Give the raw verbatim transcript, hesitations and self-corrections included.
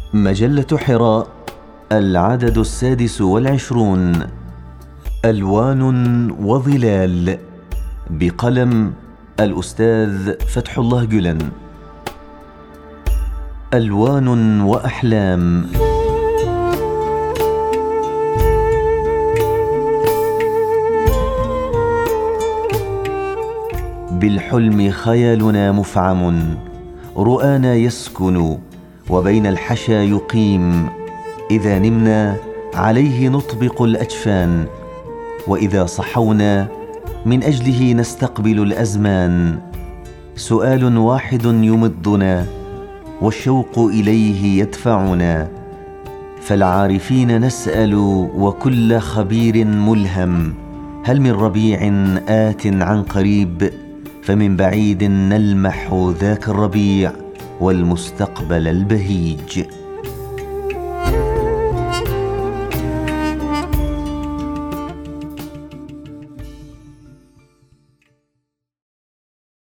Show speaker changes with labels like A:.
A: مجلة حراء، العدد السادس والعشرون. ألوان وظلال، بقلم الأستاذ فتح الله جلن. ألوان وأحلام. بالحلم خيالنا مفعم، رؤانا يسكن وبين الحشا يقيم. إذا نمنا عليه نطبق الأجفان، وإذا صحونا من أجله نستقبل الأزمان. سؤال واحد يمضنا والشوق إليه يدفعنا، فالعارفين نسأل وكل خبير ملهم. هل من ربيع آت عن قريب؟ فمن بعيد نلمح ذاك الربيع والمستقبل البهيج.